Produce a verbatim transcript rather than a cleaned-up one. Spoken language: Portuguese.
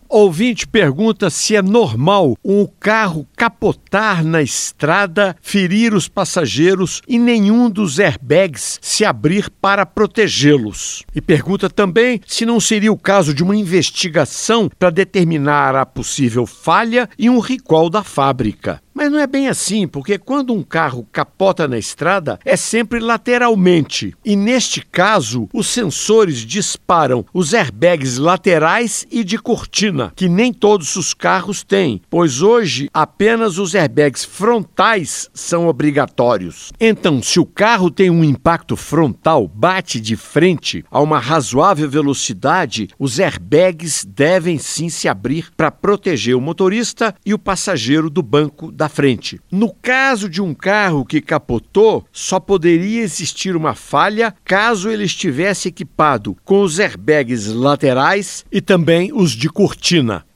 Ouvinte pergunta se é normal um carro capotar na estrada, ferir os passageiros e nenhum dos airbags se abrir para protegê-los. E pergunta também se não seria o caso de uma investigação para determinar a possível falha e um recall da fábrica. Mas não é bem assim, porque quando um carro capota na estrada, é sempre lateralmente. E neste caso, os sensores disparam os airbags laterais e de cortina, que nem todos os carros têm, pois hoje apenas os airbags frontais são obrigatórios. Então, se o carro tem um impacto frontal, bate de frente a uma razoável velocidade, os airbags devem sim se abrir para proteger o motorista e o passageiro do banco da frente. No caso de um carro que capotou, só poderia existir uma falha caso ele estivesse equipado com os airbags laterais e também os de cortina.